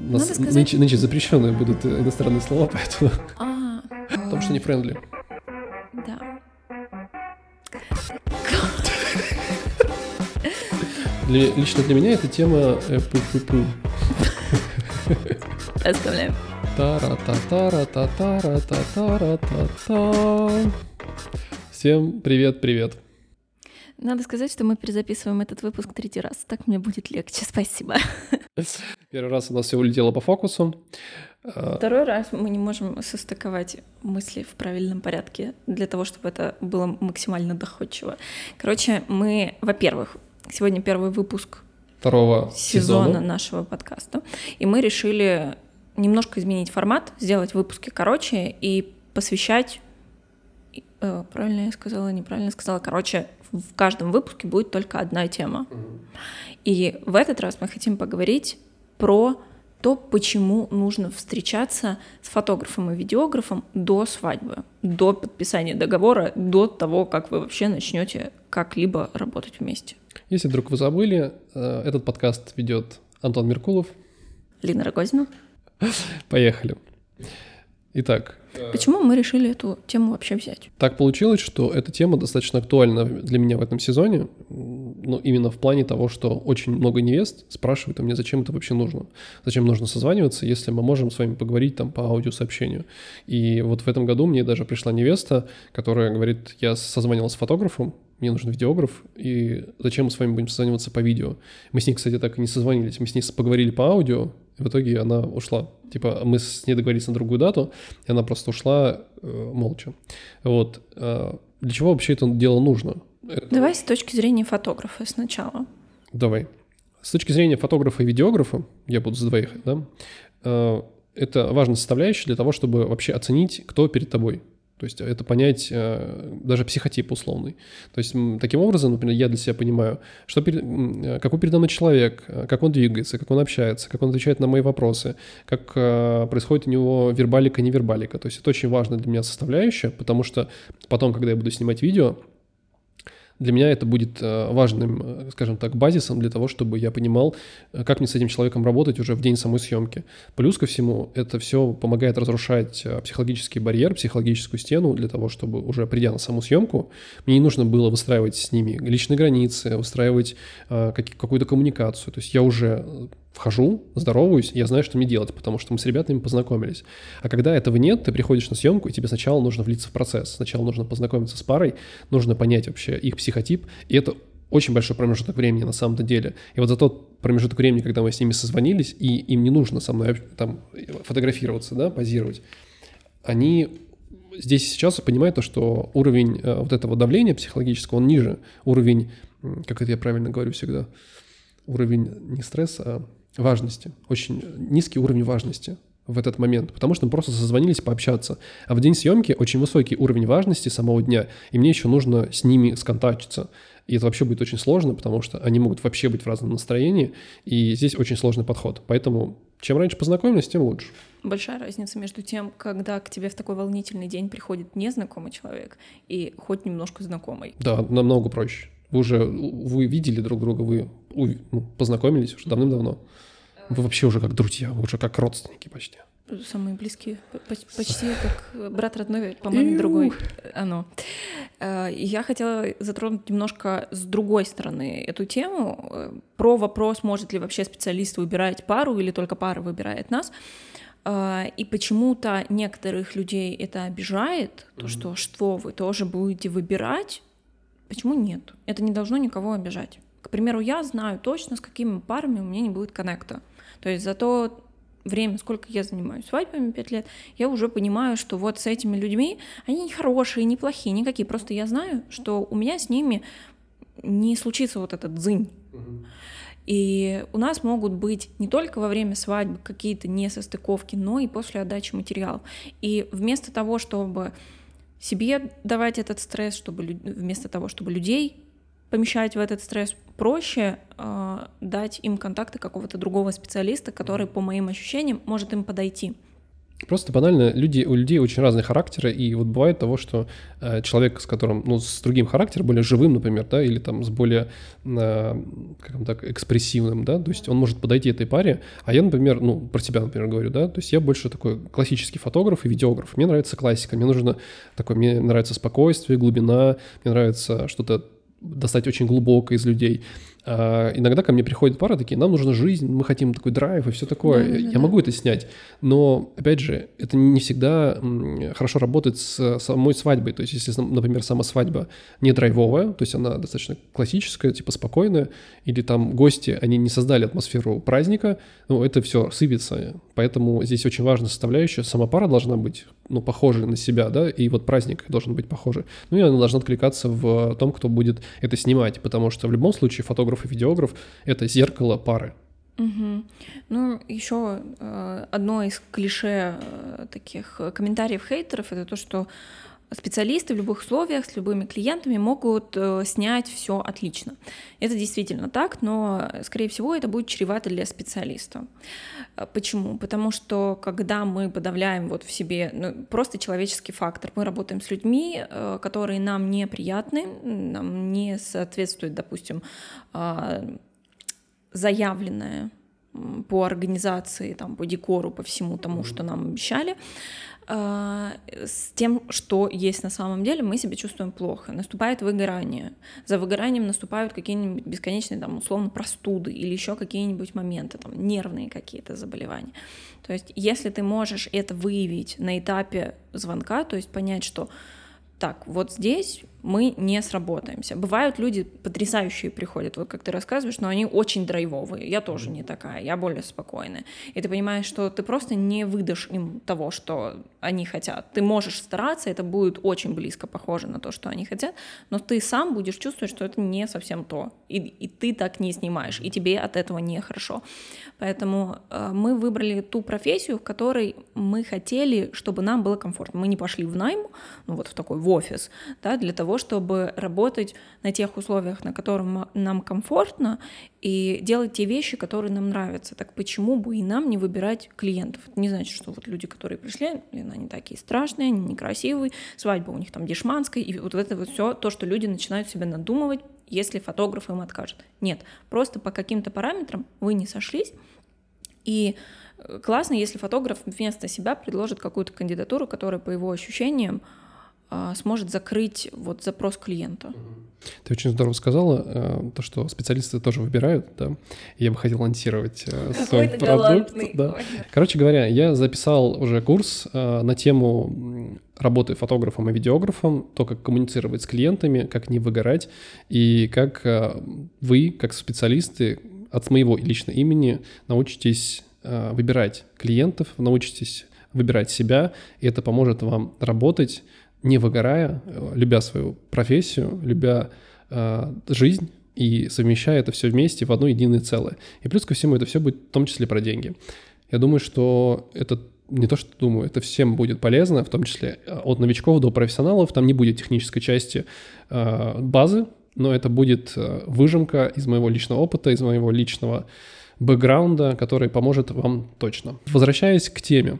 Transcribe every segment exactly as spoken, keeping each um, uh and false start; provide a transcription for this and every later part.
нас сказать... нынче, нынче запрещенные будут иностранные слова, поэтому... А, Потому что не френдли. Да. Для, лично для меня эта тема пу-пу-пу. Оставляем. Та-ра-та-та-ра-та-та-ра-та-та-ра-та. Всем привет-привет. Надо сказать, что мы перезаписываем этот выпуск третий раз. Так мне будет легче. Спасибо. Первый раз у нас все улетело по фокусу. Второй раз мы не можем состыковать мысли в правильном порядке для того, чтобы это было максимально доходчиво. Короче, мы, во-первых, сегодня первый выпуск второго сезона, сезона нашего подкаста, и мы решили немножко изменить формат, сделать выпуски короче и посвящать... Э, правильно я сказала, неправильно сказала. Короче, в каждом выпуске будет только одна тема. Mm-hmm. И в этот раз мы хотим поговорить про то, почему нужно встречаться с фотографом и видеографом до свадьбы, до подписания договора, до того, как вы вообще начнете как-либо работать вместе. Если вдруг вы забыли, этот подкаст ведет Антон Меркулов. Лина Рогозина. Поехали. Итак. Почему мы решили эту тему вообще взять? Так получилось, что эта тема достаточно актуальна для меня в этом сезоне, ну, именно в плане того, что очень много невест спрашивают у меня, зачем это вообще нужно, зачем нужно созваниваться, если мы можем с вами поговорить там по аудиосообщению. И вот в этом году мне даже пришла невеста, которая говорит, я созванивалась с фотографом, мне нужен видеограф, и зачем мы с вами будем созваниваться по видео? Мы с ней, кстати, так и не созвонились, мы с ней поговорили по аудио, и в итоге она ушла. Типа мы с ней договорились на другую дату, и она просто ушла э, молча. Вот. Э, для чего вообще это дело нужно? Это... Давай с точки зрения фотографа сначала. Давай. С точки зрения фотографа и видеографа, я буду за двоих, да, э, это важная составляющая для того, чтобы вообще оценить, кто перед тобой. То есть это понять э, даже психотип условный. То есть таким образом, например, я для себя понимаю, что перед, какой передо мной человек, как он двигается, как он общается, как он отвечает на мои вопросы, как э, происходит у него вербалика, невербалика. То есть это очень важная для меня составляющая, потому что потом, когда я буду снимать видео, для меня это будет важным, скажем так, базисом для того, чтобы я понимал, как мне с этим человеком работать уже в день самой съемки. Плюс ко всему, это все помогает разрушать психологический барьер, психологическую стену для того, чтобы уже придя на саму съемку, мне не нужно было выстраивать с ними личные границы, выстраивать какую-то коммуникацию. То есть я уже вхожу, здороваюсь, я знаю, что мне делать, потому что мы с ребятами познакомились. А когда этого нет, ты приходишь на съемку, и тебе сначала нужно влиться в процесс. Сначала нужно познакомиться с парой, нужно понять вообще их психотип, и это очень большой промежуток времени на самом-то деле. И вот за тот промежуток времени, когда мы с ними созвонились, и им не нужно со мной там фотографироваться, да, позировать, они здесь сейчас понимают то, что уровень э, вот этого давления психологического, он ниже. Уровень, как это я правильно говорю всегда, уровень не стресса, а важности, очень низкий уровень важности в этот момент, потому что мы просто созвонились пообщаться. А в день съемки очень высокий уровень важности самого дня, и мне еще нужно с ними сконтактиться. И это вообще будет очень сложно, потому что они могут вообще быть в разном настроении, и здесь очень сложный подход. Поэтому чем раньше познакомились, тем лучше. Большая разница между тем, когда к тебе в такой волнительный день приходит незнакомый человек и хоть немножко знакомый. Да, намного проще. Вы уже вы видели друг друга, вы ну, познакомились уже давным-давно. Вы вообще уже как друзья, вы уже как родственники почти. Самые близкие, почти как брат родной, по маме другой. Оно. Я хотела затронуть немножко с другой стороны эту тему, про вопрос, может ли вообще специалист выбирать пару или только пара выбирает нас. И почему-то некоторых людей это обижает, то, что что вы тоже будете выбирать. Почему нет? Это не должно никого обижать. К примеру, я знаю точно, с какими парами у меня не будет коннекта. То есть за то время, сколько я занимаюсь свадьбами, пять лет, я уже понимаю, что вот с этими людьми, они не хорошие, не плохие, никакие. Просто я знаю, что у меня с ними не случится вот этот дзынь. Mm-hmm. И у нас могут быть не только во время свадьбы какие-то несостыковки, но и после отдачи материалов. И вместо того, чтобы себе давать этот стресс, чтобы вместо того, чтобы людей помещать в этот стресс, проще э, дать им контакты какого-то другого специалиста, который, по моим ощущениям, может им подойти. Просто банально, люди, у людей очень разные характеры, и вот бывает того, что э, человек, с которым, ну, с другим характером, более живым, например, да, или там с более, э, как так, экспрессивным, да, то есть он может подойти этой паре, а я, например, ну, про себя, например, говорю, да, то есть я больше такой классический фотограф и видеограф, мне нравится классика, мне нужно такое, мне нравится спокойствие, глубина, мне нравится что-то достать очень глубоко из людей. А иногда ко мне приходят пары такие, нам нужна жизнь, мы хотим такой драйв и все такое. Да, да, я да. могу это снять, но, опять же, это не всегда хорошо работает с самой свадьбой. То есть, если, например, сама свадьба не драйвовая, то есть она достаточно классическая, типа спокойная, или там гости, они не создали атмосферу праздника, ну, это все сыпется. Поэтому здесь очень важная составляющая. Сама пара должна быть, ну, похожей на себя, да, и вот праздник должен быть похожий. Ну, и она должна откликаться в том, кто будет это снимать, потому что в любом случае фотограф и видеограф — это зеркало пары. Угу. Ну, еще э, одно из клише э, таких комментариев хейтеров — это то, что специалисты в любых условиях с любыми клиентами могут э, снять все отлично. Это действительно так, но, скорее всего, это будет чревато для специалиста. Почему? Потому что когда мы подавляем вот в себе, ну, просто человеческий фактор, мы работаем с людьми, э, которые нам неприятны, нам не соответствует, допустим, э, заявленное по организации, там, по декору, по всему тому, что нам обещали, с тем, что есть на самом деле, мы себя чувствуем плохо. Наступает выгорание. За выгоранием наступают какие-нибудь бесконечные, там, условно, простуды или еще какие-нибудь моменты, там, нервные какие-то заболевания. То есть, если ты можешь это выявить на этапе звонка, то есть понять, что так, вот здесь мы не сработаемся. Бывают люди потрясающие приходят, вот как ты рассказываешь, но они очень драйвовые. Я тоже не такая, я более спокойная. И ты понимаешь, что ты просто не выдашь им того, что они хотят. Ты можешь стараться, это будет очень близко похоже на то, что они хотят, но ты сам будешь чувствовать, что это не совсем то. И, и ты так не снимаешь, и тебе от этого нехорошо. Поэтому э, мы выбрали ту профессию, в которой мы хотели, чтобы нам было комфортно. Мы не пошли в найм, ну вот в такой в офис, да, для того, чтобы работать на тех условиях, на которых нам комфортно, и делать те вещи, которые нам нравятся. Так почему бы и нам не выбирать клиентов? Это не значит, что вот люди, которые пришли, они такие страшные, они некрасивые, свадьба у них там дешманская, и вот это вот все то, что люди начинают себе надумывать, если фотограф им откажет. Нет, просто по каким-то параметрам вы не сошлись, и классно, если фотограф вместо себя предложит какую-то кандидатуру, которая, по его ощущениям, сможет закрыть вот запрос клиента. Ты очень здорово сказала, то, что специалисты тоже выбирают, да. Я бы хотел анонсировать свой продукт. Да. Короче говоря, я записал уже курс на тему работы фотографом и видеографом, то, как коммуницировать с клиентами, как не выгорать, и как вы, как специалисты, от моего личного имени научитесь выбирать клиентов, научитесь выбирать себя, и это поможет вам работать, не выгорая, любя свою профессию, любя э, жизнь и совмещая это все вместе в одно единое целое. И плюс ко всему это все будет в том числе про деньги. Я думаю, что это не то, что думаю, это всем будет полезно, в том числе от новичков до профессионалов. Там не будет технической части э, базы, но это будет выжимка из моего личного опыта, из моего личного бэкграунда, который поможет вам точно. Возвращаясь к теме.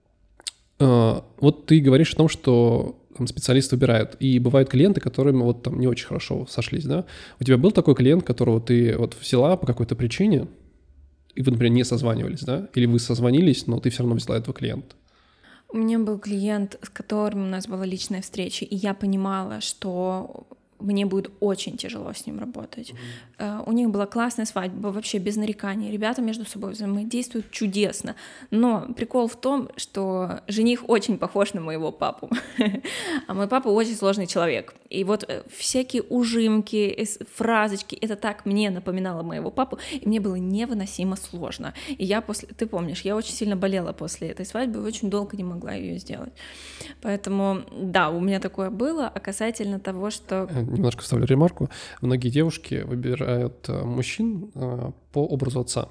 Э, вот ты говоришь о том, что там специалисты выбирают, и бывают клиенты, которым вот там не очень хорошо сошлись, да? У тебя был такой клиент, которого ты вот взяла по какой-то причине, и вы, например, не созванивались, да? Или вы созвонились, но ты все равно взяла этого клиента? У меня был клиент, с которым у нас была личная встреча, и я понимала, что мне будет очень тяжело с ним работать. Mm-hmm. Uh, у них была классная свадьба, вообще без нареканий. Ребята между собой взаимодействуют чудесно. Но прикол в том, что жених очень похож на моего папу. А мой папа очень сложный человек. И вот всякие ужимки, фразочки, это так мне напоминало моего папу, и мне было невыносимо сложно. И я после, ты помнишь, я очень сильно болела после этой свадьбы и очень долго не могла ее сделать. Поэтому, да, у меня такое было. А касательно того, что... Немножко вставлю ремарку. Многие девушки выбирают мужчин по образу отца,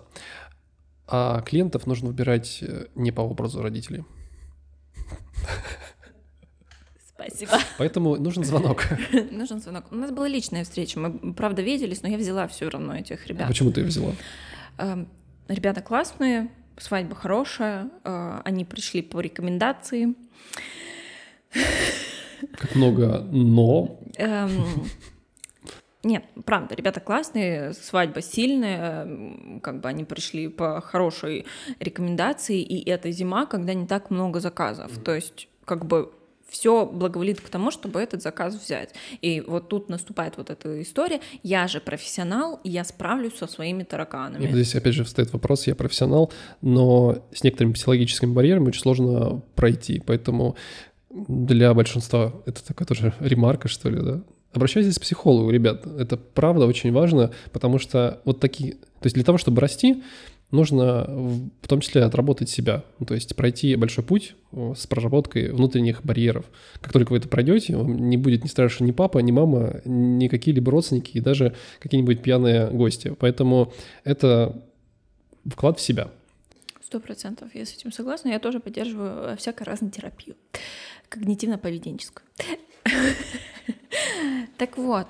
а клиентов нужно выбирать не по образу родителей. Спасибо. Поэтому нужен звонок. Нужен звонок. У нас была личная встреча. Мы, правда, виделись, но я взяла все равно этих ребят. А почему ты их взяла? Ребята классные, свадьба хорошая, они пришли по рекомендации. Как много «но». Эм, нет, правда, ребята классные, свадьба сильная, как бы они пришли по хорошей рекомендации, и это зима, когда не так много заказов. То есть, как бы, все благоволит к тому, чтобы этот заказ взять. И вот тут наступает вот эта история. Я же профессионал, и я справлюсь со своими тараканами. И здесь опять же встает вопрос, я профессионал, но с некоторыми психологическими барьерами очень сложно пройти. Поэтому для большинства это такая тоже ремарка, что ли, да? Обращайтесь к психологу, ребят. Это правда очень важно, потому что вот такие... То есть для того, чтобы расти, нужно в том числе отработать себя, то есть пройти большой путь с проработкой внутренних барьеров. Как только вы это пройдете, вам не будет ни страшно ни папа, ни мама, ни какие-либо родственники и даже какие-нибудь пьяные гости. Поэтому это вклад в себя. Сто процентов, я с этим согласна. Я тоже поддерживаю всякой разной терапию, когнитивно-поведенческую. Так вот,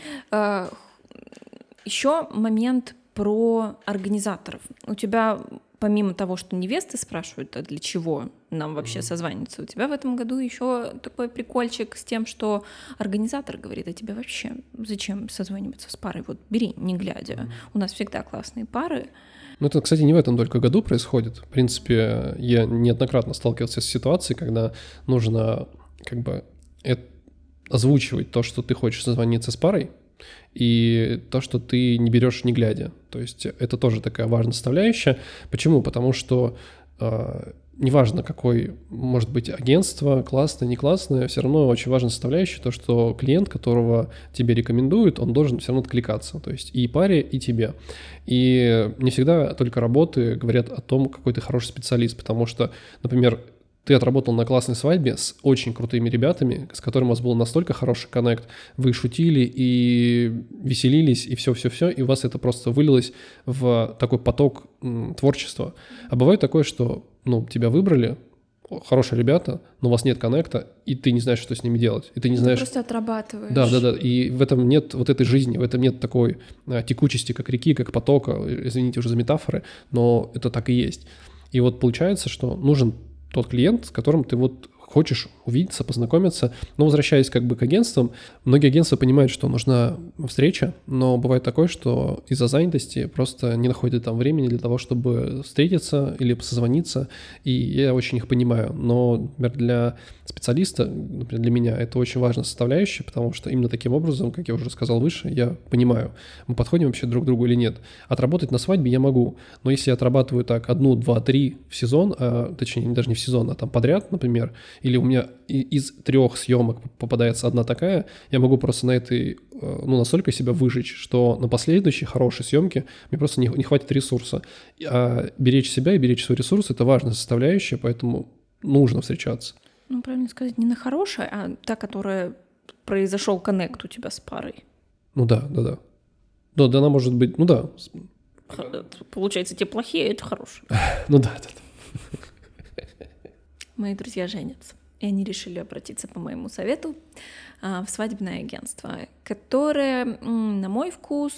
еще момент про организаторов. У тебя, помимо того, что невесты спрашивают, а для чего нам вообще созваниваться, у тебя в этом году еще такой прикольчик с тем, что организатор говорит, а тебе вообще зачем созваниваться с парой? Вот бери, не глядя. У нас всегда классные пары. Ну, это, кстати, не в этом только году происходит. В принципе, я неоднократно сталкивался с ситуацией, когда нужно как бы озвучивать то, что ты хочешь созвониться с парой, и то, что ты не берешь не глядя. То есть это тоже такая важная составляющая. Почему? Потому что э, неважно, какое может быть агентство, классное, не классное, все равно очень важная составляющая то, что клиент, которого тебе рекомендуют, он должен все равно откликаться. То есть и паре, и тебе. И не всегда только работы говорят о том, какой ты хороший специалист, потому что, например, ты отработал на классной свадьбе с очень крутыми ребятами, с которыми у вас был настолько хороший коннект, вы шутили и веселились, и все-все-все, и у вас это просто вылилось в такой поток м, творчества. А бывает такое, что ну, тебя выбрали, хорошие ребята, но у вас нет коннекта, и ты не знаешь, что с ними делать. И ты не знаешь... Ты просто отрабатываешь. Да, да, да. И в этом нет вот этой жизни, в этом нет такой а, текучести, как реки, как потока. Извините уже за метафоры, но это так и есть. И вот получается, что нужен тот клиент, с которым ты вот хочешь увидеться, познакомиться. Но возвращаясь как бы к агентствам, многие агентства понимают, что нужна встреча, но бывает такое, что из-за занятости просто не находят там времени для того, чтобы встретиться или созвониться, и я очень их понимаю. Но, например, для специалиста, например, для меня это очень важная составляющая, потому что именно таким образом, как я уже сказал выше, я понимаю, мы подходим вообще друг к другу или нет. Отработать на свадьбе я могу, но если я отрабатываю так одну, два, три в сезон, а, точнее, даже не в сезон, а там подряд, например, или у меня из трех съемок попадается одна такая, я могу просто на этой, ну, настолько себя выжечь, что на последующей хорошей съемке мне просто не, не хватит ресурса. А беречь себя и беречь свой ресурс – это важная составляющая, поэтому нужно встречаться. Ну, правильно сказать, не на хорошая, а та, которая произошел коннект у тебя с парой. Ну да, да, да. Да, да, она может быть, ну да. Получается, те плохие, это хорошие. Ну да, да, да. Мои друзья женятся, и они решили обратиться по моему совету в свадебное агентство, которое, на мой вкус...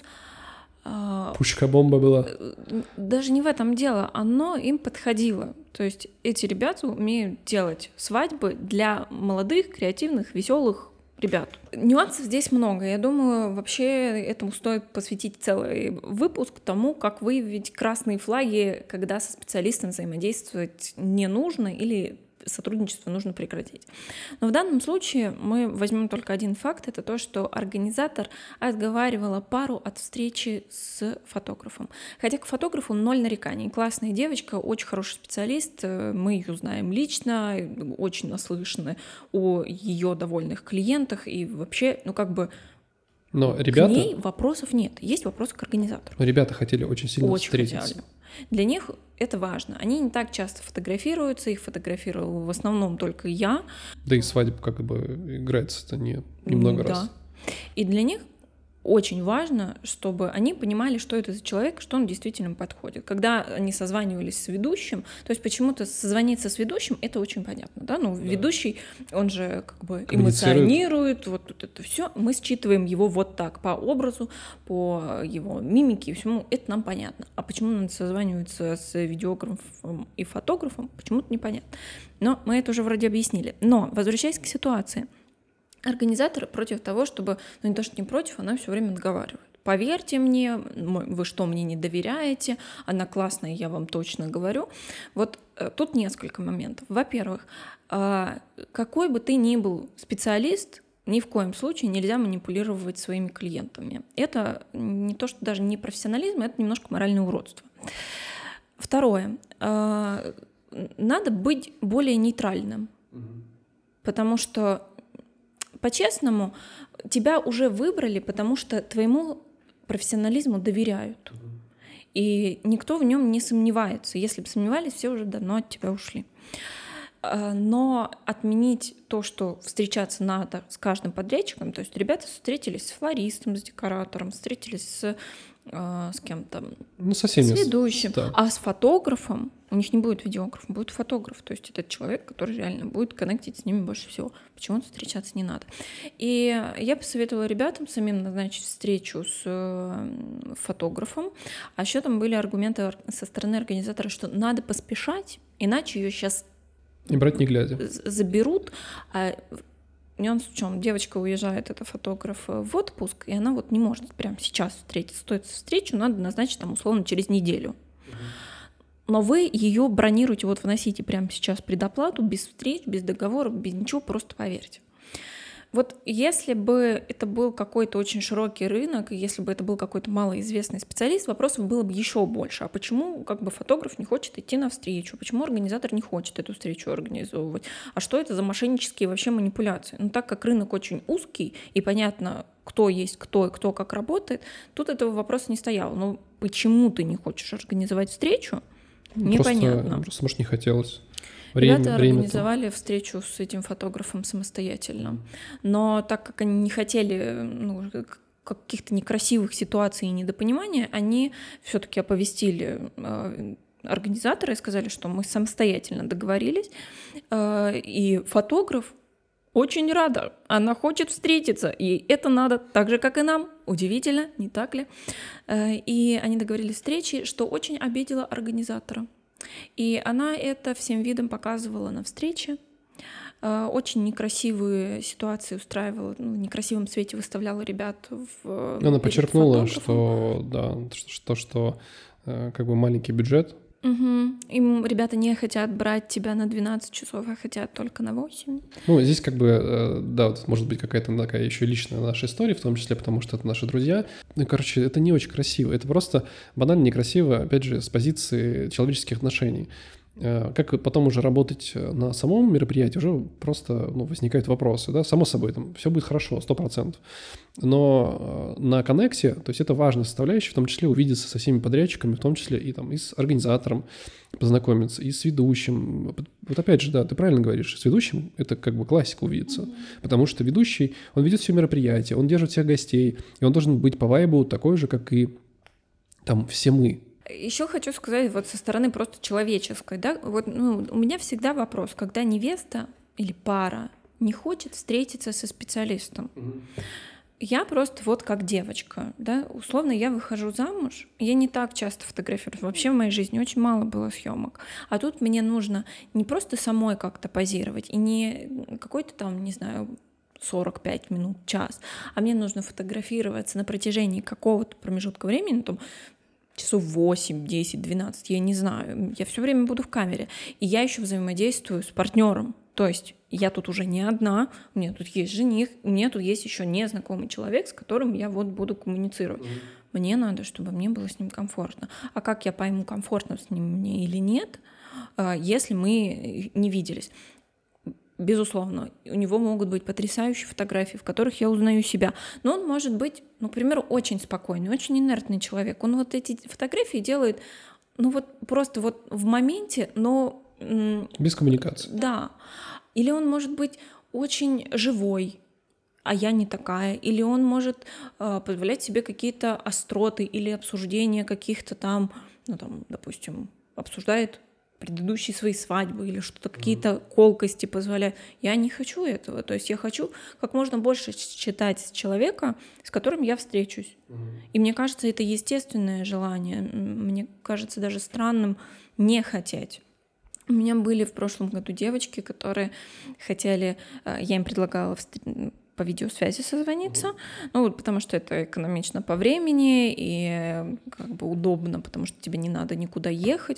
Пушка-бомба была. Даже не в этом дело, оно им подходило. То есть эти ребята умеют делать свадьбы для молодых, креативных, веселых ребят. Нюансов здесь много. Я думаю, вообще этому стоит посвятить целый выпуск тому, как выявить красные флаги, когда со специалистом взаимодействовать не нужно или сотрудничество нужно прекратить. Но в данном случае мы возьмем только один факт, это то, что организатор отговаривала пару от встречи с фотографом. Хотя к фотографу ноль нареканий. Классная девочка, очень хороший специалист, мы ее знаем лично, очень наслышаны о ее довольных клиентах, и вообще, ну как бы Но ребята... к ней вопросов нет. Есть вопросы к организатору. Но ребята хотели очень сильно очень встретиться. Хотели. Для них это важно. Они не так часто фотографируются, их фотографировал в основном только я. Да и свадьба как бы играется-то не, немного да. раз. И для них очень важно, чтобы они понимали, что это за человек, что он действительно подходит. Когда они созванивались с ведущим, то есть почему-то созвониться с ведущим, это очень понятно, да, ну, да. Ведущий, он же как бы эмоционирует, вот тут это все, мы считываем его вот так, по образу, по его мимике и всему, это нам понятно. А почему надо созваниваться с видеографом и фотографом, почему-то непонятно. Но мы это уже вроде объяснили. Но, возвращаясь к ситуации, организаторы против того, чтобы, ну не то, что не против, она все время отговаривает. Поверьте мне, вы что, мне не доверяете, она классная, я вам точно говорю. Вот тут несколько моментов. Во-первых, какой бы ты ни был специалист, ни в коем случае нельзя манипулировать своими клиентами. Это не то, что даже не профессионализм, это немножко моральное уродство. Второе. Надо быть более нейтральным, потому что по-честному, тебя уже выбрали, потому что твоему профессионализму доверяют. И никто в нем не сомневается. Если бы сомневались, все уже давно от тебя ушли. Но отменить то, что встречаться надо с каждым подрядчиком, то есть ребята встретились с флористом, с декоратором, встретились с, с кем-то, ну, совсем с ведущим, да. А с фотографом у них не будет видеографа, будет фотограф, то есть это человек, который реально будет коннектить с ними больше всего. Почему-то встречаться не надо. И я посоветовала ребятам самим назначить встречу с фотографом, а еще там были аргументы со стороны организатора, что надо поспешать, иначе ее сейчас и брать не глядя. Заберут. А нюанс в чем? Девочка уезжает, это фотограф, в отпуск, и она вот не может прямо сейчас встретиться. Стоит встречу, надо назначить там условно через неделю. Но вы ее бронируете, вот вносите прямо сейчас предоплату, без встреч, без договоров, без ничего, просто поверьте. Вот если бы это был какой-то очень широкий рынок, и если бы это был какой-то малоизвестный специалист, вопросов было бы еще больше. А почему как бы фотограф не хочет идти навстречу? Почему организатор не хочет эту встречу организовывать? А что это за мошеннические вообще манипуляции? Ну, так как рынок очень узкий, и понятно, кто есть кто и кто как работает, тут этого вопроса не стояло. Но почему ты не хочешь организовать встречу? Непонятно. Просто, просто может, не хотелось. Время, Ребята время организовали там. встречу с этим фотографом самостоятельно. Но так как они не хотели ну, каких-то некрасивых ситуаций и недопонимания, они все-таки оповестили э, организатора и сказали, что мы самостоятельно договорились. Э, и фотограф очень рада, она хочет встретиться, и это надо так же, как и нам. Удивительно, не так ли? Э, и они договорились встречи, что очень обидело организатора. И она это всем видом показывала на встрече, очень некрасивые ситуации устраивала, ну, в некрасивом свете выставляла ребят в Она подчеркнула, что да, что, что как бы маленький бюджет. Угу. Им ребята не хотят брать тебя на двенадцать часов, а хотят только на восемь. Ну, здесь как бы, да, вот может быть какая-то такая еще личная наша история, в том числе потому, что это наши друзья. Ну, короче, это не очень красиво. Это просто банально некрасиво, опять же, с позиции человеческих отношений. Как потом уже работать на самом мероприятии, уже просто ну, возникают вопросы, да, само собой, там все будет хорошо, сто процентов. Но на коннекте, то есть это важная составляющая, в том числе увидеться со всеми подрядчиками, в том числе и, там, и с организатором познакомиться, и с ведущим. Вот опять же, да, ты правильно говоришь, с ведущим это как бы классика увидеться, mm-hmm. потому что ведущий, он ведет все мероприятия, он держит всех гостей, и он должен быть по вайбу такой же, как и там все мы. Еще хочу сказать вот со стороны просто человеческой, да, вот ну, у меня всегда вопрос, когда невеста или пара не хочет встретиться со специалистом. Mm-hmm. Я просто вот как девочка, да, условно я выхожу замуж, я не так часто фотографируюсь, вообще в моей жизни очень мало было съемок, а тут мне нужно не просто самой как-то позировать и не какой-то там, не знаю, сорок пять минут, час, а мне нужно фотографироваться на протяжении какого-то промежутка времени, там, часов восемь, десять, двенадцать, я не знаю, я все время буду в камере, и я еще взаимодействую с партнером, то есть я тут уже не одна, у меня тут есть жених, у меня тут есть еще незнакомый человек, с которым я вот буду коммуницировать. Mm-hmm. Мне надо, чтобы мне было с ним комфортно. А как я пойму, комфортно с ним мне или нет, если мы не виделись? Безусловно, у него могут быть потрясающие фотографии, в которых я узнаю себя. Но он может быть, ну, к примеру, очень спокойный, очень инертный человек. Он вот эти фотографии делает, ну вот просто вот в моменте, но... Без коммуникации. Да. Или он может быть очень живой, а я не такая. Или он может э, позволять себе какие-то остроты или обсуждения каких-то там, ну там, допустим, обсуждает предыдущие свои свадьбы или что-то, какие-то колкости позволяют. Я не хочу этого. То есть я хочу как можно больше читать человека, с которым я встречусь. Mm-hmm. И мне кажется, это естественное желание. Мне кажется даже странным не хотеть. У меня были в прошлом году девочки, которые хотели... Я им предлагала по видеосвязи созвониться, mm-hmm. ну, потому что это экономично по времени и как бы удобно, потому что тебе не надо никуда ехать.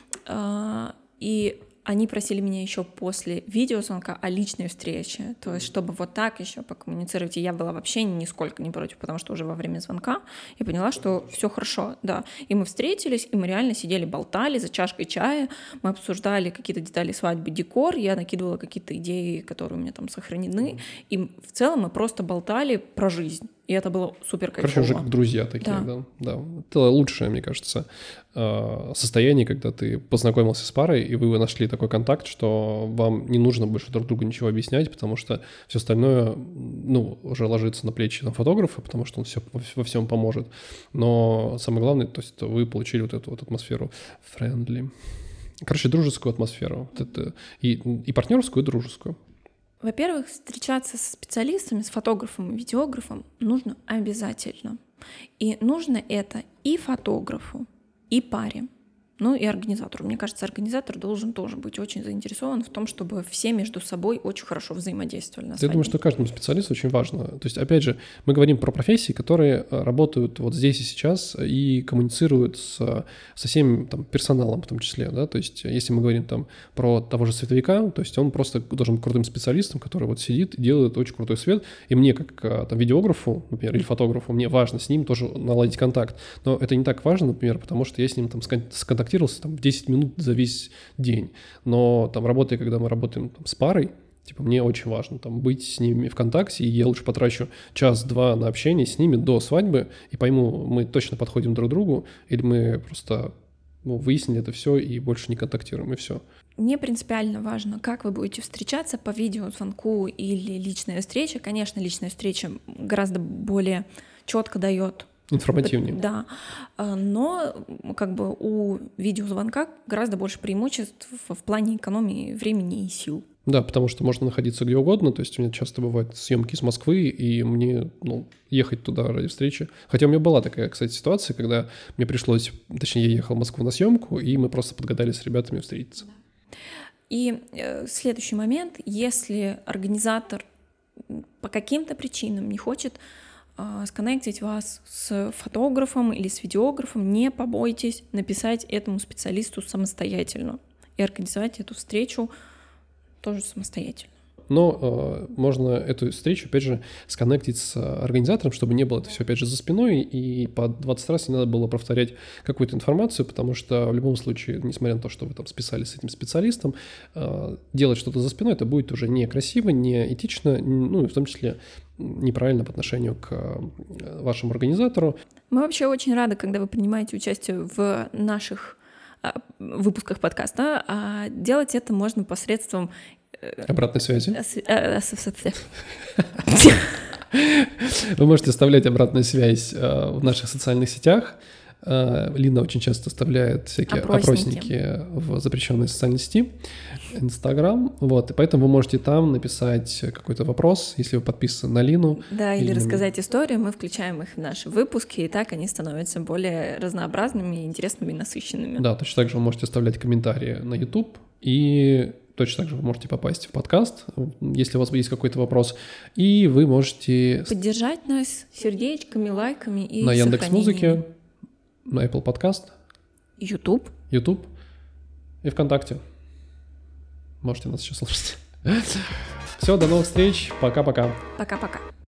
И они просили меня еще после видеозвонка о личной встрече, то есть чтобы вот так еще покоммуницировать. И я была вообще нисколько не против, потому что уже во время звонка я поняла, что все хорошо, да. И мы встретились, и мы реально сидели, болтали за чашкой чая, мы обсуждали какие-то детали свадьбы, декор, я накидывала какие-то идеи, которые у меня там сохранены, и в целом мы просто болтали про жизнь. И это было супер кайфово. Короче, уже как друзья такие, да. да, да. Это лучшее, мне кажется, состояние, когда ты познакомился с парой, и вы нашли такой контакт, что вам не нужно больше друг другу ничего объяснять, потому что все остальное, ну, уже ложится на плечи там, фотографа, потому что он все, во всем поможет. Но самое главное, то есть вы получили вот эту вот атмосферу friendly. Короче, дружескую атмосферу. Вот это, и, и партнерскую, и дружескую. Во-первых, встречаться со специалистами, с фотографом и видеографом нужно обязательно. И нужно это и фотографу, и паре, ну и организатору. Мне кажется, организатор должен тоже быть очень заинтересован в том, чтобы все между собой очень хорошо взаимодействовали на свадьбе. Я думаю, что каждому специалисту очень важно. То есть, опять же, мы говорим про профессии, которые работают вот здесь и сейчас и коммуницируют с, со всем там, персоналом в том числе. Да? То есть, если мы говорим там, про того же световика, то есть он просто должен быть крутым специалистом, который вот сидит и делает очень крутой свет. И мне, как там, видеографу, например, или фотографу, мне важно с ним тоже наладить контакт. Но это не так важно, например, потому что я с ним там сконтактировался там десять минут за весь день. Но там работая, когда мы работаем там, с парой, типа мне очень важно там быть с ними в контакте, и я лучше потрачу час-два на общение с ними до свадьбы и пойму, мы точно подходим друг к другу, или мы просто ну, выяснили это все и больше не контактируем, и все. Мне принципиально важно, как вы будете встречаться по видеозвонку или личная встреча. Конечно, личная встреча гораздо более четко дает информативнее. Да, но как бы у видеозвонка гораздо больше преимуществ в плане экономии времени и сил. Да, потому что можно находиться где угодно, то есть у меня часто бывают съемки из Москвы, и мне ну, ехать туда ради встречи. Хотя у меня была такая, кстати, ситуация, когда мне пришлось, точнее, я ехал в Москву на съемку, и мы просто подгадали с ребятами встретиться. И э, следующий момент, если организатор по каким-то причинам не хочет сконнектить вас с фотографом или с видеографом, не побойтесь написать этому специалисту самостоятельно и организовать эту встречу тоже самостоятельно. Но э, можно эту встречу, опять же, сконнектить с организатором, чтобы не было это все, опять же, за спиной, и по двадцать раз не надо было повторять какую-то информацию, потому что в любом случае, несмотря на то, что вы там списались с этим специалистом, э, делать что-то за спиной, это будет уже некрасиво, неэтично, ну и в том числе неправильно по отношению к вашему организатору. Мы вообще очень рады, когда вы принимаете участие в наших выпусках подкаста, а делать это можно посредством обратной связи. Вы можете оставлять обратную связь в наших социальных сетях. Лина очень часто оставляет всякие опросники, опросники в запрещенной социальной сети, Инстаграм, вот, и поэтому вы можете там написать какой-то вопрос, если вы подписаны на Лину. Да, или, или рассказать историю, мы включаем их в наши выпуски, и так они становятся более разнообразными, интересными и насыщенными. Да, точно так же вы можете оставлять комментарии на YouTube, и точно так же вы можете попасть в подкаст, если у вас есть какой-то вопрос, и вы можете... поддержать нас сердечками, лайками и на Яндекс.Музыке, на Apple Podcast, YouTube, YouTube и ВКонтакте. Можете нас еще слушать. Все, до новых встреч. Пока-пока. Пока-пока.